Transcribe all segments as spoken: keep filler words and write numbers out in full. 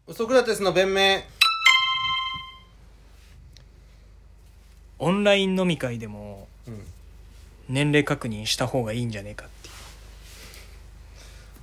ソクラテスの弁明。 オンライン飲み会でもうん年齢確認した方がいいんじゃねえかっていう。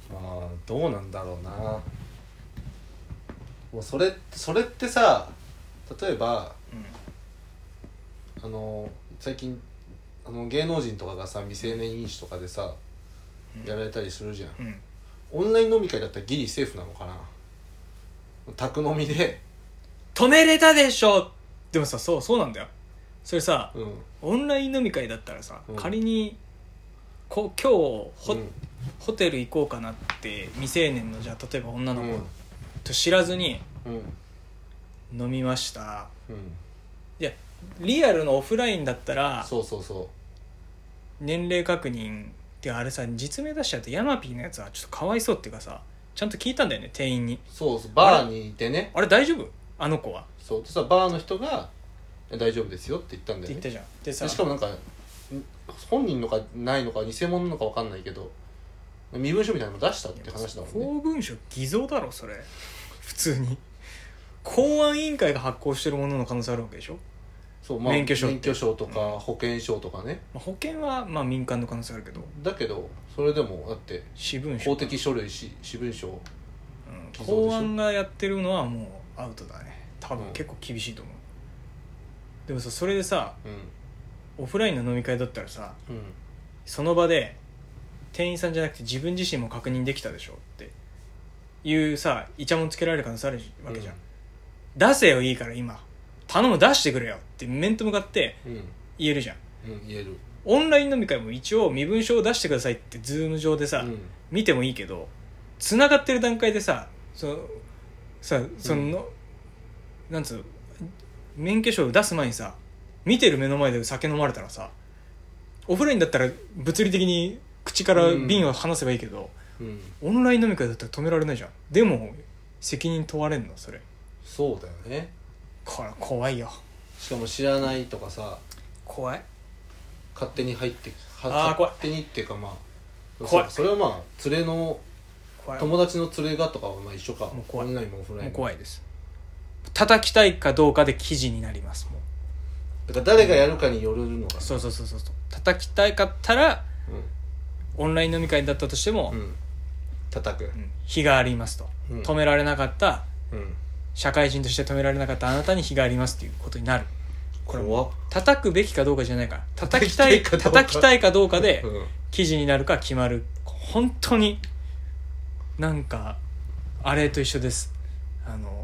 まあどうなんだろうな。もうそれそれってさ、例えば、うん、あの最近あの芸能人とかがさ未成年飲酒とかでさ、うん、やられたりするじゃん、うん、オンライン飲み会だったらギリセーフなのかな。宅飲みで止めれたでしょ。でもさ、そうそうなんだよ。それさ、 うん、 オンライン飲み会だったらさ、うん、仮にこ今日 ホ,、うん、ホテル行こうかなって未成年のじゃあ例えば女の子と知らずに、うん、飲みました、うん、いやリアルのオフラインだったらそうそうそう年齢確認ってあれさ、実名出しちゃうとヤマピーのやつはちょっとかわいそうっていうかさ、ちゃんと聞いたんだよね、店員に。 そうそう、バーにいてね、 あれ、あれ大丈夫？あの子は。 そうでさ、バーの人が大丈夫ですよって言ったんだよね。 って言ったじゃん。でさ、 でしかもなんか本人のかないのか偽物なのか分かんないけど身分証みたいなの出したって話だもんね。 公文書偽造だろそれ。普通に公安委員会が発行してるものの可能性あるわけでしょ。そう、まあ、免許証免許証とか保険証とかね、 うん、保険はまあ民間の可能性あるけど、 だけどそれでもだって私文書公的書類し私文書、うん、 公安がやってるのはもうアウトだね多分。結構厳しいと思う、うん、でもさ、それでさ、うん、オフラインの飲み会だったらさ、うん、その場で店員さんじゃなくて自分自身も確認できたでしょっていうさ、イチャモンつけられる可能性あるわけじゃん、うん、出せよ、いいから今頼む、出してくれよって面と向かって言えるじゃん、 うんうん、言える。 オンライン飲み会も一応身分証を出してくださいってズーム上でさ、うん、見てもいいけど繋がってる段階でさ、そのさその、うん、なんつう免許証を出す前にさ、見てる目の前で酒飲まれたらさ、オフラインだったら物理的に口から瓶を離せばいいけど、うんうん、オンライン飲み会だったら止められないじゃん。でも責任問われんのそれ。 そうだよね。 これ怖いよ。 しかも知らないとかさ、 怖い。 勝手に入ってあ勝手にっていうか、まあ怖い。それはまあ連れの友達の連れがとかはまあ一緒か。もう怖い。オンラインもオフラインも。 もう怖いです。叩きたいかどうかで記事になります。もうだから誰がやるかによるのか、うん、 そうそうそうそう。叩きたいかったら、うん、オンライン飲み会だったとしても、うん、 叩く、うん、 非がありますと、うん、止められなかった、うん、社会人として止められなかったあなたに非がありますっていうことになる。これも叩くべきかどうかじゃないから、叩きたい叩きたいかどうかで記事になるか決まる。本当になんかあれと一緒です。あの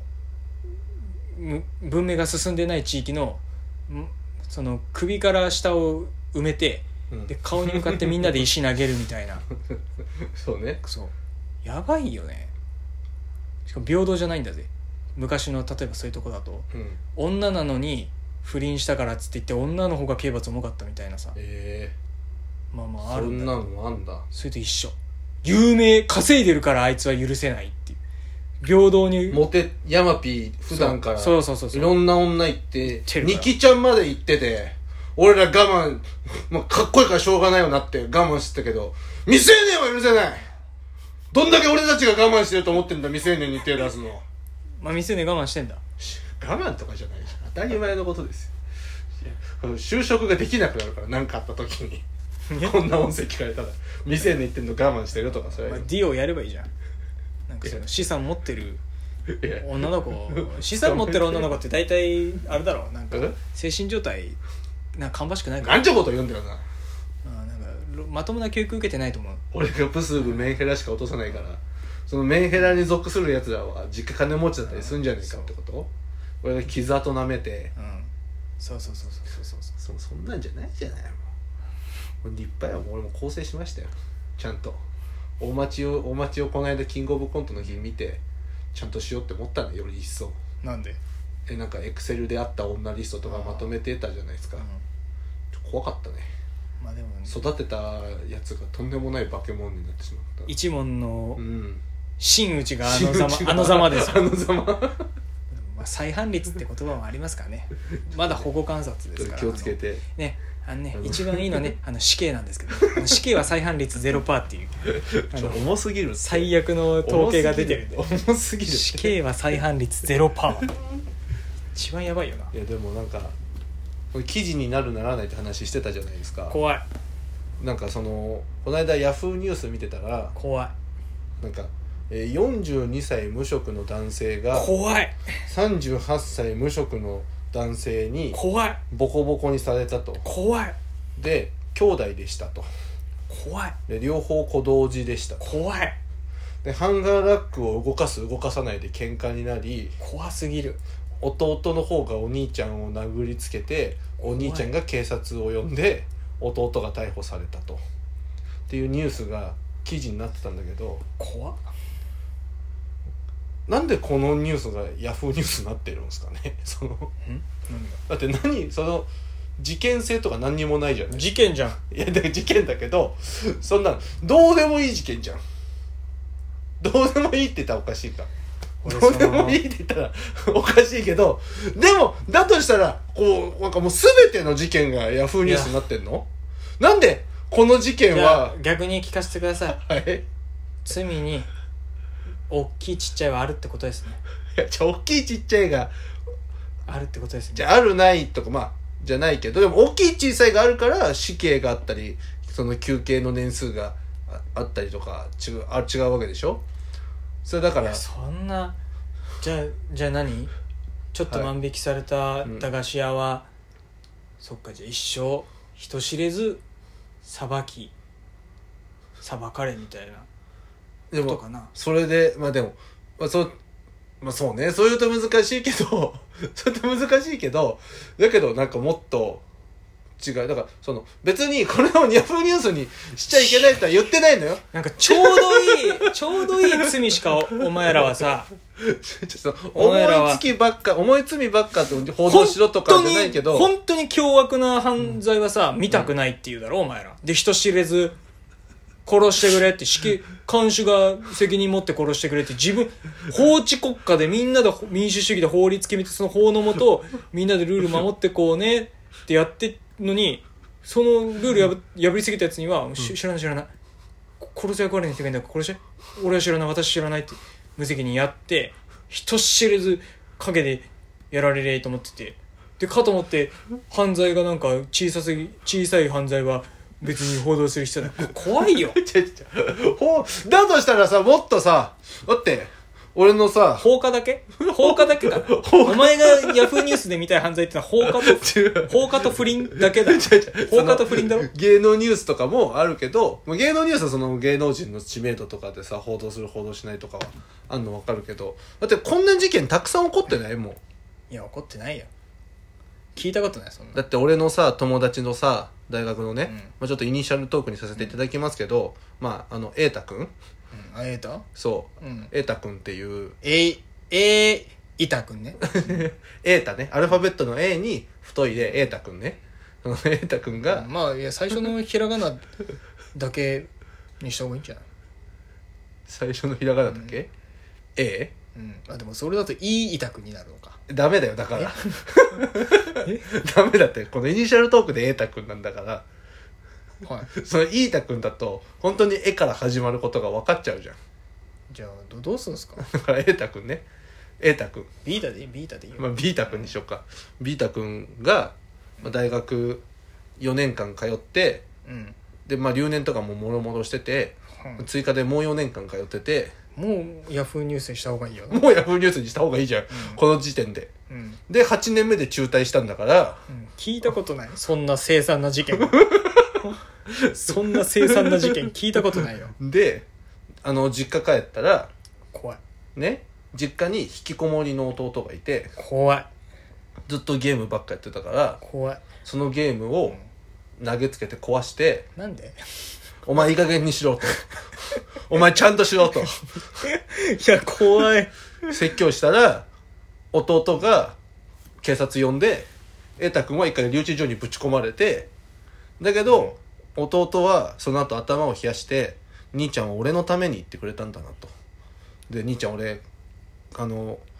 文明が進んでない地域のその首から下を埋めて、うん、で顔に向かってみんなで石投げるみたいなそうね。 そうやばいよね。しかも平等じゃないんだぜ。昔の例えばそういうとこだと、うん、女なのに不倫したからっつって言って女の方が刑罰重かったみたいなさ、 えー、まあまああるんだ。 そんなのもあんだ。 それと一緒。有名稼いでるからあいつは許せないっていう。平等にモテヤマピー普段からそうそうそうそういろんな女行ってニキちゃんまで行ってて、俺ら我慢、まあ、かっこいいからしょうがないよなって我慢してたけど未成年は許せない。どんだけ俺たちが我慢してると思ってんだ、未成年に手出すの。 まあ未成年我慢してんだ。 我慢とかじゃないじゃん、当たり前のことですよ。就職ができなくなるから、何かあった時にこんな音声聞かれたら未成年言ってんの我慢してるとか、それ、 まあ、ディオやればいいじゃん。なんかその資産持ってる女の子資産持ってる女の子って大体あれだろう、なんか精神状態なんか芳しくないから。 なんちゅうこと言うんだよな。 あなんかまともな教育受けてないと思う。 俺がプスーブメンヘラしか落とさないから、そのメンヘラに属するやつらは実家金持ちだったりするんじゃねえかってこと。俺が傷跡舐めて、 うん、そうそうそうそうそうそうそそんなんじゃないじゃない。もう立派や。もう俺も構成しましたよ、ちゃんと。大町を大町をこの間キングオブコントの日見てちゃんとしようって思ったのより一層。 なんで？ えなんかエクセルであった女リストとかまとめてたじゃないですか、うん、ちょ怖かったね。 まあでもね、 育てたやつがとんでもない化け物になってしまった。 一門の真打ちがあのざまあのざまですよ。 あのざままあ、再犯率って言葉もありますからねまだ保護観察ですから気をつけてねあのね一番いいのはねあの死刑なんですけどあの死刑は再犯率 ゼロパーセント っていうあの重すぎる最悪の統計が出てるんで重すぎる死刑は再犯率 ゼロパーセント 一番やばいよな。 いやでもなんかこれ記事になるならないって話してたじゃないですか。 怖いなんかそのこの間ヤフーニュース見てたら怖いなんかえーよんじゅうにさい無職の男性が怖いさんじゅうはっさい無職の男性に怖いボコボコにされたと。 怖いで兄弟でしたと。 怖いで両方子同時でしたと。 怖いでハンガーラックを動かす動かさないで喧嘩になり怖すぎる。 弟の方がお兄ちゃんを殴りつけてお兄ちゃんが警察を呼んで弟が逮捕されたとっていうニュースが記事になってたんだけど、 怖っ。 なんでこのニュースがヤフーニュースになってるんですかねそのんだって何その事件性とか何にもないじゃない。 事件じゃん。 いやだから事件だけどそんなどうでもいい事件じゃん。どうでもいいって言ったらおかしいか。どうでもいいって言ったらおかしいけど、でもだとしたらこうなんかもう全ての事件がヤフーニュースになってんの？なんでこの事件は逆に聞かせてください。 はい。 罪に大きいちっちゃいはあるってことですね。 いやじゃあ大きいちっちゃいがあるってことですね。 じゃああるないとかまあじゃないけど、でも大きい小さいがあるから死刑があったりその求刑の年数があったりとか違うあ違うわけでしょ。それだからそんなじゃあじゃあ何ちょっと万引きされた駄菓子屋は、はいうん、そっかじゃあ一生人知れず裁き裁かれみたいなことかな。でもそれでまあでもまあそうまあそうねそういうと難しいけどそういうと難しいけどだけどなんかもっと違うだからその別にこれをヤフーニュースにしちゃいけないとは言ってないのよ。 なんかちょうどいいちょうどいい罪しか お, お前らはさちょっと思いつきばっか思い罪ばっかって報道しろとかじゃないけど本当に凶悪な犯罪はさ、うん、見たくないって言うだろお前らで人知れず殺してくれって死刑看守が責任持って殺してくれって自分法治国家でみんなで民主主義で法律決めてその法のもとみんなでルール守ってこうねってやってのにそのルール破、破りすぎたやつには、うん、知らない知らない殺す役割の人がいいんだから殺して俺は知らない私知らないって無責任やって人知れず陰でやられれと思っててでかと思って犯罪がなんか小さすぎ小さい犯罪は別に報道する必要ない怖いよだとしたらさもっとさだって俺のさ放火だけ放火だけかお前がヤフーニュースで見たい犯罪ってのは放火と放火と不倫だけだ放火と不倫だろ。 芸能ニュースとかもあるけど芸能ニュースはその芸能人の知名度とかでさ報道する報道しないとかはあんの分かるけどだってこんな事件たくさん起こってないもん。 いや起こってないよ聞いたことないそんな。 だって俺のさ友達のさ大学のね、うんまあ、ちょっとイニシャルトークにさせていただきますけど、うん、まああの瑛太くんあ瑛太そう瑛太、うん、くんっていうええいたくんね瑛太ねアルファベットの A に太いで瑛太くんねその瑛太くんが、 うん、まあいや最初のひらがなだけにした方がいいんじゃない最初のひらがなだけ、うん、A？ うん、あでもそれだといい痛くになるのか。 ダメだよだからダメだってこのイニシャルトークで瑛太くんなんだからはい、そのイータくんだと本当に絵から始まることが分かっちゃうじゃん。 じゃあ ど, どうするんですかだから瑛太くんね瑛太くんビータでいいビータでいいよ、 まあ、ビータくんにしようか。ビータくんが、まあ、大学よねんかん通って、うん、でまあ留年とかももろもろしてて、うん、追加でもうよねんかん通っててもうヤフーニュースにした方がいいよ。 もうヤフーニュースにした方がいいじゃん、うん、この時点で、うん、ではちねんめで中退したんだから、 うん、聞いたことないそんな凄惨な事件そんな凄惨な事件聞いたことないよ。 であの実家帰ったら怖いね実家に引きこもりの弟がいて怖いずっとゲームばっかやってたから怖いそのゲームを投げつけて壊して、 うん、なんでお前いい加減にしろとお前ちゃんとしろといや怖い説教したら弟が警察呼んで瑛太くんは一回留置場にぶち込まれてだけど、うん、弟はその後頭を冷やして兄ちゃんは俺のために言ってくれたんだなとで兄ちゃん俺あの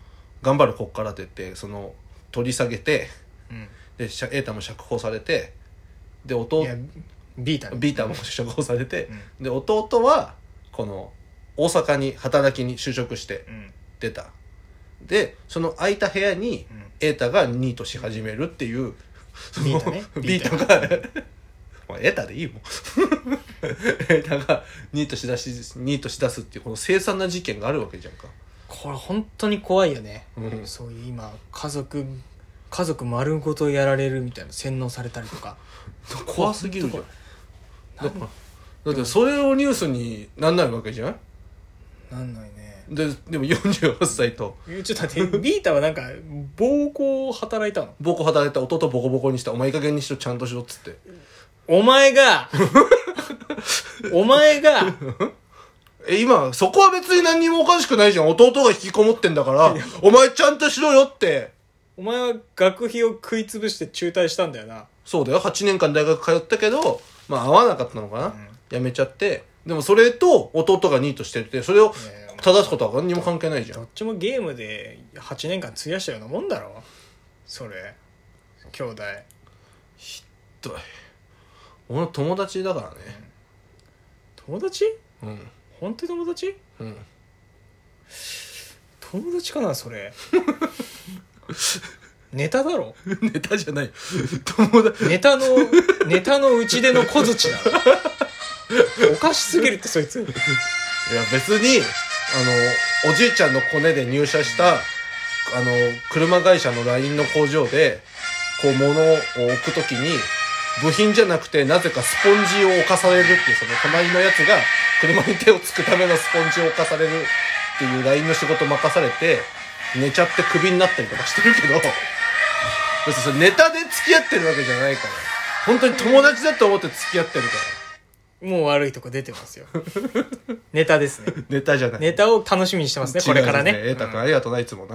頑張るこっからって言ってその取り下げて、 うん、 で瑛太も釈放されて、で弟いやビータねビータも釈放されて、 うん、 で弟はこの大阪に働きに就職して出た、うん、でその空いた部屋に瑛太がニートし始めるっていう、 ビータねビータがまあ瑛太でいいもん瑛太がニートしだしニートしだすっていうこの凄惨な事件があるわけじゃんか。 これ本当に怖いよね、うん、そういう今家族家族丸ごとやられるみたいな、洗脳されたりとか怖すぎるじゃん。だからだってそれをニュースになんないわけじゃん。 なんないね。 ででもよんじゅうはっさいとちょっと待ってビータはなんか暴行を働いたの。 暴行働いた弟ボコボコにした。お前いい加減にしろちゃんとしろっつって。 お前がお前がえ今そこは別に何にもおかしくないじゃん。弟が引きこもってんだからお前ちゃんとしろよって。 お前は学費を食いつぶして中退したんだよな。 そうだよ。はちねんかん大学通ったけどまあ合わなかったのかな、うん、やめちゃって。でもそれと弟がニートしててそれを正すことは何にも関係ないじゃん。 どっちもゲームではちねんかん費やしたようなもんだろそれ。兄弟ひどい。俺の友達だからね、 うん、友達？ うん本当に友達？ うん友達かなそれネタだろネタじゃない友達ネタのネタのうちでの小槌だろおかしすぎるってそいつ。いや別にあのおじいちゃんのコネで入社したあの車会社の ライン の工場でこう物を置くときに部品じゃなくてなぜかスポンジを置かされるっていう、その隣のやつが車に手をつくためのスポンジを置かされるっていう ライン の仕事任されて寝ちゃってクビになったりとかしてるけど、別にそれネタで付き合ってるわけじゃないから、本当に友達だと思って付き合ってるから。 もう悪いとこ出てますよネタですね。 ネタじゃない。 ネタを楽しみにしてますねこれからね。 瑛太君ありがとうな、いつもな。